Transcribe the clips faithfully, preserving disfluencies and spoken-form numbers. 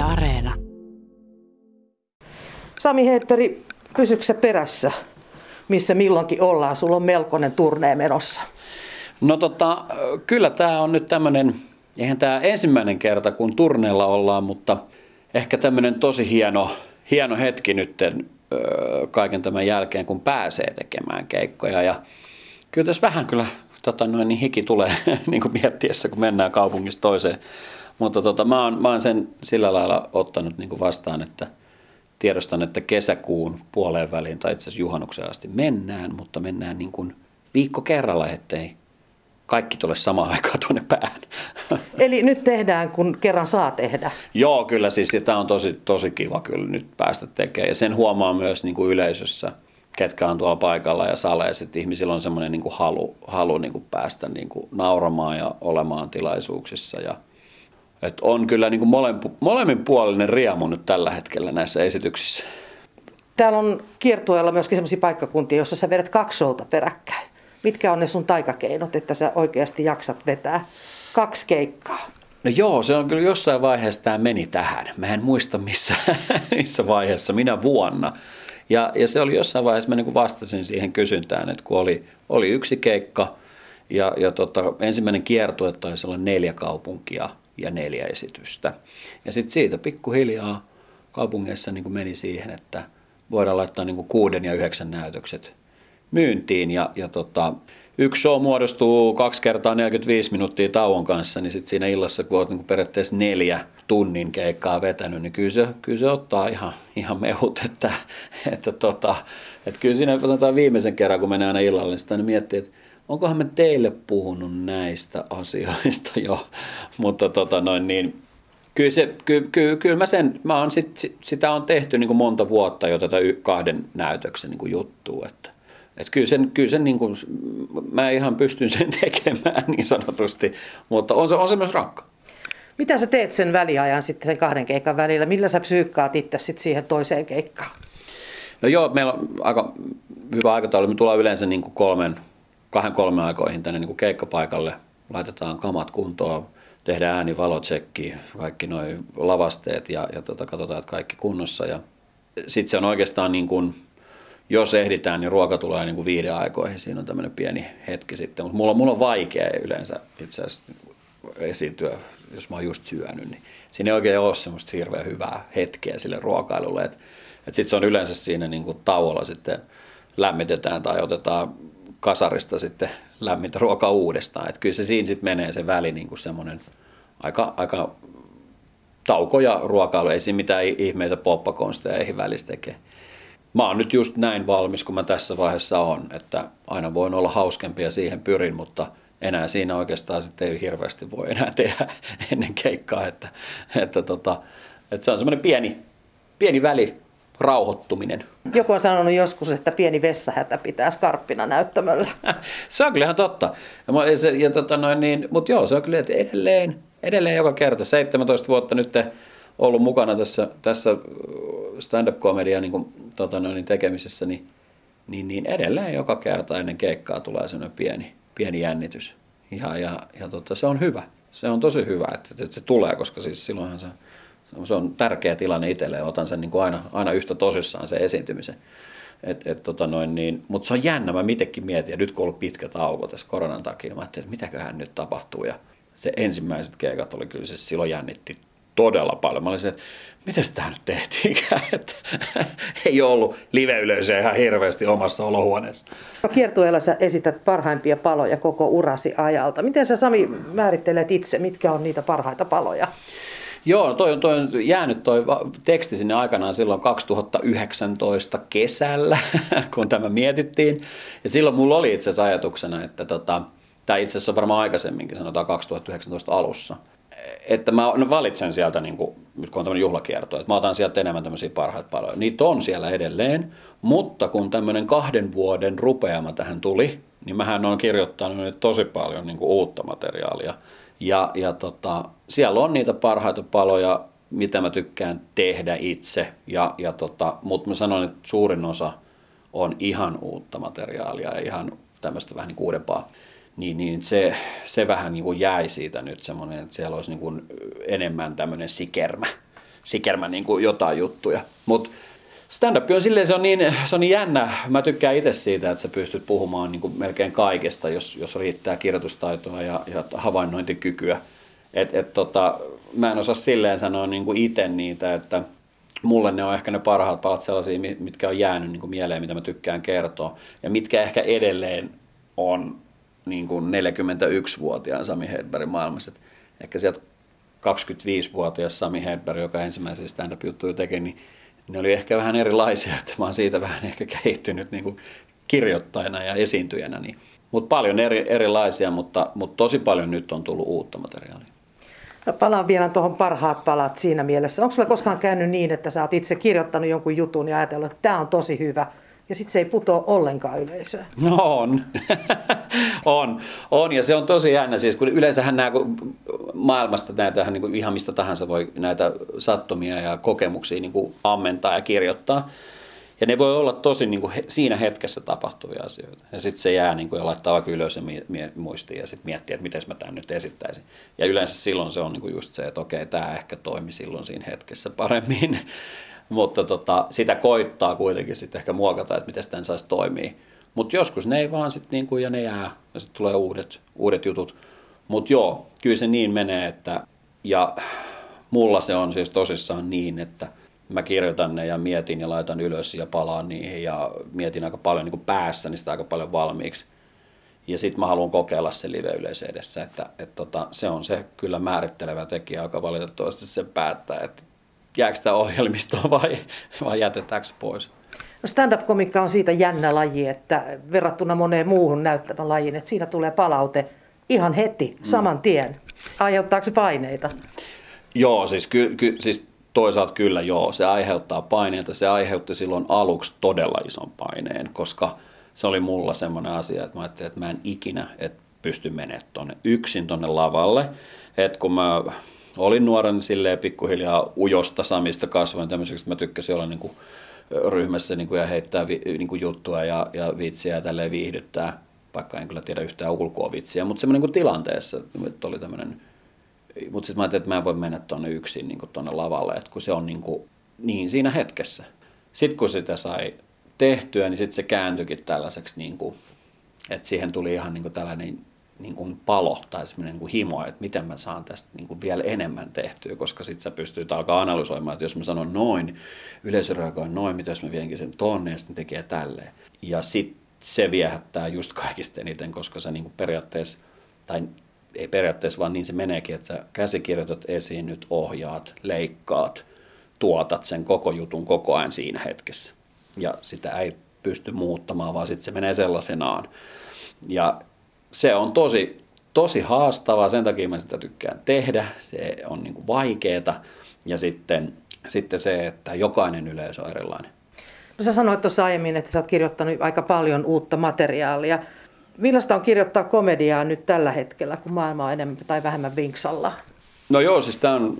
Areena. Sami Hedberg, pysyksä perässä, missä milloinkin ollaan? Sulla on melkoinen turnee menossa. No tota, kyllä tämä on nyt tämmöinen, eihän tämä ensimmäinen kerta kun turneella ollaan, mutta ehkä tämmöinen tosi hieno, hieno hetki nyt kaiken tämän jälkeen, kun pääsee tekemään keikkoja. Ja kyllä tässä vähän kyllä tota, noin, niin hiki tulee niin kuin miettiessä, kun mennään kaupungista toiseen. Mutta tota, mä, oon, mä oon sen sillä lailla ottanut niin kuin vastaan, että tiedostan, että kesäkuun puoleen väliin tai itse asiassa juhannukseen asti mennään, mutta mennään niin kuin viikko kerralla, ettei kaikki tule samaan aikaan tuonne päähän. Eli nyt tehdään, kun kerran saa tehdä. Joo, kyllä siis tämä on tosi, tosi kiva kyllä nyt päästä tekemään. Ja sen huomaa myös niin kuin yleisössä, ketkä on tuolla paikalla ja saleissa, että ihmisillä on semmoinen niin kuin halu, halu niin kuin päästä niin kuin nauramaan ja olemaan tilaisuuksissa. Ja, että on kyllä niin kuin molemminpuolinen riemu nyt tällä hetkellä näissä esityksissä. Täällä on kiertueella myöskin sellaisia paikkakuntia, joissa sä vedät kaksi showta peräkkäin. Mitkä on ne sun taikakeinot, että sä oikeasti jaksat vetää kaksi keikkaa? No joo, se on kyllä jossain vaiheessa tämä meni tähän. Mä en muista missä, missä vaiheessa, minä vuonna. Ja, ja se oli jossain vaiheessa, mä niin kuin vastasin siihen kysyntään, että kun oli, oli yksi keikka ja, ja tota, ensimmäinen kiertue taisi olla neljä kaupunkia ja neljä esitystä. Ja sitten siitä pikkuhiljaa kaupungeissa niin kuin meni siihen, että voidaan laittaa niin kuin kuuden ja yhdeksän näytökset myyntiin ja, ja tota, yksi show muodostuu kaksi kertaa neljäkymmentäviisi minuuttia tauon kanssa, niin sitten siinä illassa, kun olet niin kuin periaatteessa neljä tunnin keikkaa vetänyt, niin kyllä se, kyllä se ottaa ihan, ihan mehut, että, että, tota, että kyllä siinä sanotaan viimeisen kerran, kun menee aina illalle, niin sitä miettii, että onkohan me teille puhunut näistä asioista jo, mutta tota noin niin, Kyllä, se, kyllä, kyllä, kyllä mä sen, mä on sit, sitä on tehty niin kuin monta vuotta jo tätä kahden näytöksen niin kuin juttua, että, että kyllä sen, kyllä sen niin kuin, mä ihan pystyn sen tekemään niin sanotusti, mutta on se, on se myös rankka. Mitä sä teet sen väliajan sitten sen kahden keikan välillä? Millä sä psyykkaat itse sitten siihen toiseen keikkaan? No joo, meillä on aika hyvä aikataulu. Me tullaan yleensä niin kuin kolmen, kahden kolmen aikoihin tänne niin kuin keikkapaikalle, laitetaan kamat kuntoon. Tehdään ääni, valotsekki, kaikki nuo lavasteet ja, ja tota, katsotaan, että kaikki kunnossa. Ja sitten se on oikeastaan, niin kuin, jos ehditään, niin ruoka tulee niin kuin viiden aikoihin. Siinä on tämmöinen pieni hetki sitten. Mutta mulla, mulla on vaikea yleensä itse asiassa esiintyä, jos mä oon just syönyt. Niin siinä ei oikein ole semmoista hirveän hyvää hetkeä sille ruokailulle. Että et sitten se on yleensä siinä niin kuin tauolla sitten lämmitetään tai otetaan kasarista sitten lämmintä ruokaa uudestaan. Että kyllä se siinä sitten menee se väli niin kuin semmoinen aika, aika tauko ja ruokailu. Ei siinä mitään ihmeitä poppakonsteja eihin välissä tekee. Mä oon nyt just näin valmis, kun mä tässä vaiheessa on, että aina voin olla hauskempi ja siihen pyrin, mutta enää siinä oikeastaan sitten ei hirveästi voi enää tehdä ennen keikkaa. Että, että, tota, että se on semmoinen pieni, pieni väli. Rauhoittuminen. Joku on sanonut joskus, että pieni vessahätä pitää skarppina näyttämöllä. Se on kyllä ihan totta. Ja, se, ja tota noin, niin, mutta joo, se on kyllä, että edelleen, edelleen joka kerta. seitsemäntoista vuotta nyt ollut mukana tässä, tässä stand-up-komedia niin kuin, tota noin, tekemisessä, niin, niin, niin edelleen joka kerta ennen keikkaa tulee sellainen pieni, pieni jännitys. Ja, ja, ja tota, se on hyvä. Se on tosi hyvä, että, että se tulee, koska siis silloinhan se Se on tärkeä tilanne itselle ja otan sen niin kuin aina, aina yhtä tosissaan se esiintymisen. Et, et, tota noin, niin, mutta se on jännä, mä itsekin mietin, ja nyt kun on ollut pitkä tauko tässä koronan takia, niin mä ajattelin, että mitäköhän nyt tapahtuu. Ja se ensimmäiset keikat oli kyllä, se silloin jännitti todella paljon. Mä olin se, että miten tämä nyt tehtiinkään, että ei ollut live-yleisöä ihan hirveästi omassa olohuoneessa. Kiertueella sä esität parhaimpia paloja koko urasi ajalta. Miten sä, Sami, määrittelet itse, mitkä on niitä parhaita paloja? Joo, toi, toi on jäänyt toi teksti sinne aikanaan silloin kaksituhattayhdeksäntoista kesällä, kun tämä mietittiin. Ja silloin mulla oli itse asiassa ajatuksena, että tota, tämä itse asiassa on varmaan aikaisemminkin, sanotaan kaksituhattayhdeksäntoista alussa, että mä valitsen sieltä, niin kun, nyt kun on tämmöinen juhlakierto, että mä otan sieltä enemmän tämmöisiä parhaita paloja. Niitä on siellä edelleen, mutta kun tämmöinen kahden vuoden rupeama tähän tuli, niin mähän olen kirjoittanut tosi paljon niin kuin uutta materiaalia. Ja, ja tota, siellä on niitä parhaita paloja, mitä mä tykkään tehdä itse, ja, ja tota, mutta mä sanon, että suurin osa on ihan uutta materiaalia ja ihan tämmöistä vähän niin kuin uudempaa. Niin, niin se, se vähän niin kuin jäi siitä nyt semmoinen, että siellä olisi niin kuin enemmän tämmöinen sikermä, sikermä niin kuin jotain juttuja. Mutta stand-up on silleen, se on, niin, se on niin jännä. Mä tykkään itse siitä, että sä pystyt puhumaan niin kuin melkein kaikesta, jos, jos riittää kirjoitustaitoa ja, ja havainnointikykyä. Et, et tota, mä en osaa silleen sanoa niin kuin itse niitä, että mulle ne on ehkä ne parhaat palat sellaisia, mitkä on jäänyt niin kuin mieleen, mitä mä tykkään kertoa. Ja mitkä ehkä edelleen on niin kuin neljäkymmentäyksivuotiaan Sami Hedbergin maailmassa. Et ehkä sieltä kaksikymmentäviisivuotias Sami Hedberg, joka ensimmäisiä stand-up-juttuja teki, niin ne oli ehkä vähän erilaisia, että mä oon siitä vähän ehkä kehittynyt niin kuin kirjoittajana ja esiintyjänä. Niin. Mutta paljon eri, erilaisia, mutta, mutta tosi paljon nyt on tullut uutta materiaalia. No, palaan vielä tuohon parhaat palat siinä mielessä. Onko sulla koskaan käynyt niin, että sä oot itse kirjoittanut jonkun jutun ja ajatellut, että tämä on tosi hyvä, ja sitten se ei putoa ollenkaan yleisöön? No on. on. On, ja se on tosi jännä. Siis, kun yleensähän nämä maailmasta näitä niin kuin ihan mistä tahansa voi näitä sattumia ja kokemuksia niin kuin ammentaa ja kirjoittaa. Ja ne voi olla tosi niin kuin he, siinä hetkessä tapahtuvia asioita. Ja sitten se jää niin kuin, ja laittaa vaikka ylös ja mie, mie, muistiin ja sitten miettii, että miten mä tämän nyt esittäisin. Ja yleensä silloin se on niin kuin just se, että okei, tämä ehkä toimi silloin siinä hetkessä paremmin. Mutta tota, sitä koittaa kuitenkin sitten ehkä muokata, että miten tämän saisi toimia. Mutta joskus ne ei vaan sitten niin kuin, ja ne jää, ja sitten tulee uudet, uudet jutut. Mutta joo, kyllä se niin menee, että, ja mulla se on siis tosissaan niin, että mä kirjoitan ne ja mietin ja laitan ylös ja palaan niihin ja mietin aika paljon niin kuin päässäni sitä aika paljon valmiiksi. Ja sitten mä haluan kokeilla se live-yleisö edessä, että et tota, se on se kyllä määrittelevä tekijä, joka valitettavasti sen päättää, että jääkö sitä ohjelmistoa vai, vai jätetäänkö pois. No stand-up-komikka on siitä jännä laji, että verrattuna moneen muuhun näyttävän lajiin, että siinä tulee palaute ihan heti, saman tien. Aiheuttaako se paineita? Joo, siis, ky, ky, siis toisaalta kyllä joo, se aiheuttaa paineita. Se aiheutti silloin aluksi todella ison paineen, koska se oli mulla semmoinen asia, että mä ajattelin, että mä en ikinä et pysty menemään tonne yksin tonne lavalle. Et kun mä olin nuoren silleen pikkuhiljaa ujosta Samista kasvoin tämmöiseksi, että mä tykkäsin olla niin kuin ryhmässä niin kuin ja heittää vi, niin kuin juttua ja, ja vitsiä ja tälleen viihdyttää, vaikka en kyllä tiedä yhtään ulkoa vitsiä, mutta semmoinen niin kuin tilanteessa, että oli tämmöinen. Mutta sitten mä ajattelin, että mä en voi mennä tuonne yksin niin tuonne lavalle, että kun se on niin, kuin, niin siinä hetkessä. Sitten kun sitä sai tehtyä, niin sitten se kääntyikin tällaiseksi, niin kuin, että siihen tuli ihan niin kuin tällainen niin kuin palo tai semmoinen niin kuin himo, että miten mä saan tästä niin kuin vielä enemmän tehtyä, koska sitten sä pystyt alkaa analysoimaan, että jos mä sanon noin, yleisö reagoi noin, mitä jos mä vienkin sen tonne ja sitten tekee tälleen. Ja sitten se viehättää just kaikista eniten, koska sä niin kuin periaatteessa, tai ei periaatteessa, vaan niin se meneekin, että sä käsikirjoitat esiin, nyt ohjaat, leikkaat, tuotat sen koko jutun koko ajan siinä hetkessä. Ja sitä ei pysty muuttamaan, vaan sitten se menee sellaisenaan. Ja se on tosi, tosi haastavaa, sen takia mä sitä tykkään tehdä, se on niin kuin vaikeeta. Ja sitten, sitten se, että jokainen yleisö on erilainen. No sä sanoit tuossa aiemmin, että sä oot kirjoittanut aika paljon uutta materiaalia. Millaista on kirjoittaa komediaa nyt tällä hetkellä, kun maailma on enemmän tai vähemmän vinksalla? No joo, siis tää on,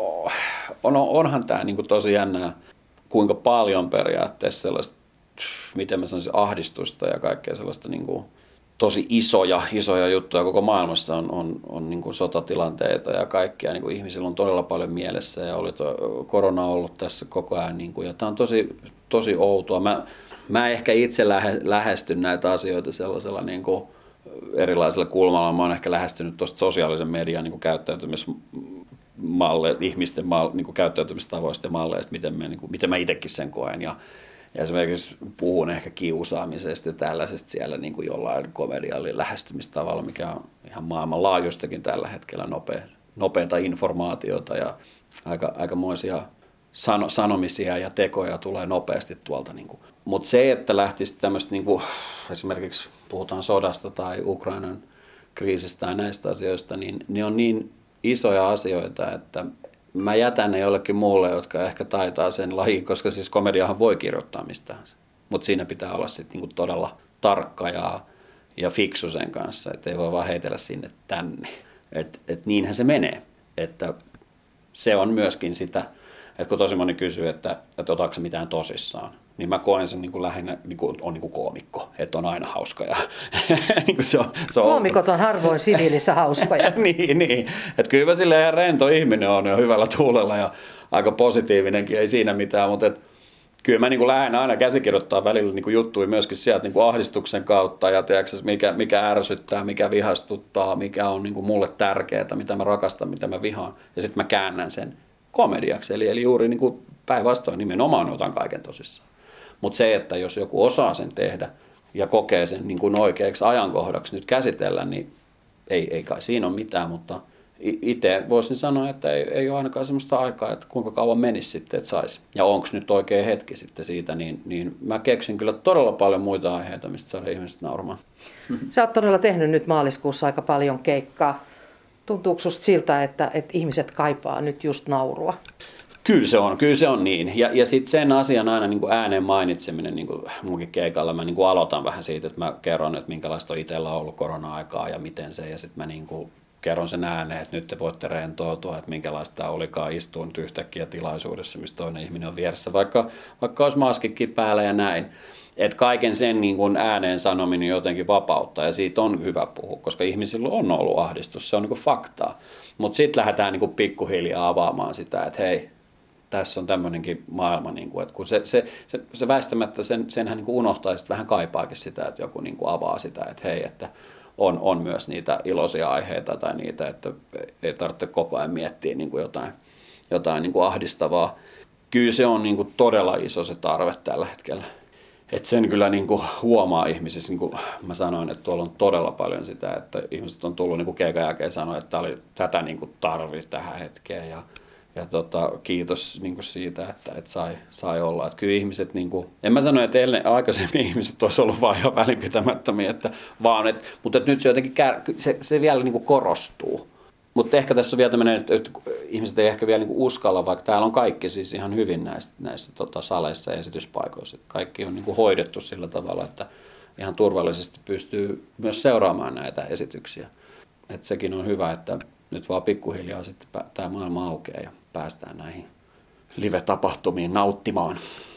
on, onhan tämä niinku tosi jännää, kuinka paljon periaatteessa sellaista, miten mä sanoisin, ahdistusta ja kaikkea sellaista niinku tosi isoja, isoja juttuja koko maailmassa on, on, on niinku sotatilanteita ja kaikkea. Niinku ihmisillä on todella paljon mielessä ja oli tuo korona ollut tässä koko ajan. Niinku, ja tämä on tosi, tosi outoa. Mä, Mä ehkä itse lähe, lähestyn näitä asioita sellaisella niin kuin erilaisella kulmalla. Mä oon ehkä lähestynyt tuosta sosiaalisen median niin kuin käyttäytymismalleista, ihmisten mal, niin kuin käyttäytymistavoista ja malleista, miten, me, niin kuin, miten mä itsekin sen koen. Ja, ja esimerkiksi puhun ehkä kiusaamisesta ja tällaisesta siellä niin kuin jollain komediallin lähestymistavalla, mikä on ihan maailmanlaajuistakin tällä hetkellä nopea, nopeata informaatiota ja aika, aikamoisia sano, sanomisia ja tekoja tulee nopeasti tuolta. Niin kuin. Mutta se, että lähtisi tämmöistä, niin kuin, esimerkiksi puhutaan sodasta tai Ukrainan kriisistä tai näistä asioista, niin ne on niin isoja asioita, että mä jätän ne jollekin muulle, jotka ehkä taitaa sen lajin, koska siis komediahan voi kirjoittaa mistään. Mutta siinä pitää olla sitten niin kuin todella tarkka ja, ja fiksu sen kanssa, että ei voi vaan heitellä sinne tänne. Että et niinhän se menee. Että se on myöskin sitä, että kun tosi moni kysyy, että, että otaanko se mitään tosissaan, niin mä koen sen niin kuin lähinnä, niin kuin, on niin kuin koomikko, että on aina hauska. Ja, niin kuin se on, se on koomikot on harvoin siviilissä hauskoja. niin, niin. Että kyllä mä silleen ihan rento ihminen on ja hyvällä tuulella ja aika positiivinenkin, ei siinä mitään, mutta et, kyllä mä niin lähden aina käsikirjoittaa välillä niin juttuja myöskin sieltä niin ahdistuksen kautta ja tiedätkö, mikä, mikä ärsyttää, mikä vihastuttaa, mikä on niin mulle tärkeää, mitä mä rakastan, mitä mä vihaan. Ja sitten mä käännän sen komediaksi, eli, eli juuri niin päinvastoin nimenomaan otan kaiken tosissaan. Mutta se, että jos joku osaa sen tehdä ja kokee sen niin kuin oikeaksi ajankohdaksi nyt käsitellä, niin ei, ei kai siinä ole mitään, mutta itse voisin sanoa, että ei, ei ole ainakaan sellaista aikaa, että kuinka kauan menisi sitten, että saisi. Ja onko nyt oikea hetki sitten siitä, niin, niin mä keksin kyllä todella paljon muita aiheita, mistä saada ihmiset nauramaan. Sä oot todella tehnyt nyt maaliskuussa aika paljon keikkaa. Tuntuuko susta siltä, että, että ihmiset kaipaa nyt just naurua? Kyllä se on, kyllä se on niin. Ja, ja sitten sen asian aina niin kuin ääneen mainitseminen niin kuin munkin keikalla. Mä niin kuin aloitan vähän siitä, että mä kerron, että minkälaista on itsellä ollut korona-aikaa ja miten se. Ja sitten mä niin kuin kerron sen ääneen, että nyt te voitte rentoutua, että minkälaista olikaan istua nyt yhtäkkiä tilaisuudessa, missä toinen ihminen on vieressä, vaikka, vaikka olisi maskikin päällä ja näin. Että kaiken sen niin kuin ääneen sanominen jotenkin vapauttaa ja siitä on hyvä puhua, koska ihmisillä on ollut ahdistus, se on niin kuin faktaa. Mutta sitten lähdetään niin kuin pikkuhiljaa avaamaan sitä, että hei, tässä on tämmöinenkin maailma, niin kuin, että kun se, se, se, se väistämättä sen, senhän niin kuin unohtaa ja sitten vähän kaipaakin sitä, että joku niin kuin avaa sitä, että hei, että on, on myös niitä iloisia aiheita tai niitä, että ei tarvitse koko ajan miettiä niin kuin jotain, jotain niin kuin ahdistavaa. Kyllä se on niin kuin todella iso se tarve tällä hetkellä. Et sen kyllä niin kuin huomaa ihmisissä, niin kuin mä sanoin, että tuolla on todella paljon sitä, että ihmiset on tullut niin kuin keikan jälkeen sanoa, että oli, tätä niin kuin tarvii tähän hetkeen ja, ja tota, kiitos niin kuin siitä, että, että sai, sai olla. Että kyllä ihmiset, niin kuin, en mä sano, että ennen, aikaisemmin ihmiset olisi ollut vaan ihan välinpitämättömiä, että, vaan, että, mutta että nyt se jotenkin kär, se, se vielä niin kuin korostuu. Mutta ehkä tässä on vielä tämmöinen, että ihmiset ei ehkä vielä niinku uskalla, vaikka täällä on kaikki siis ihan hyvin näissä, näissä tota, saleissa ja esityspaikoissa. Että kaikki on niinku hoidettu sillä tavalla, että ihan turvallisesti pystyy myös seuraamaan näitä esityksiä. Et sekin on hyvä, että nyt vaan pikkuhiljaa sitten tämä maailma aukeaa ja päästään näihin live-tapahtumiin nauttimaan.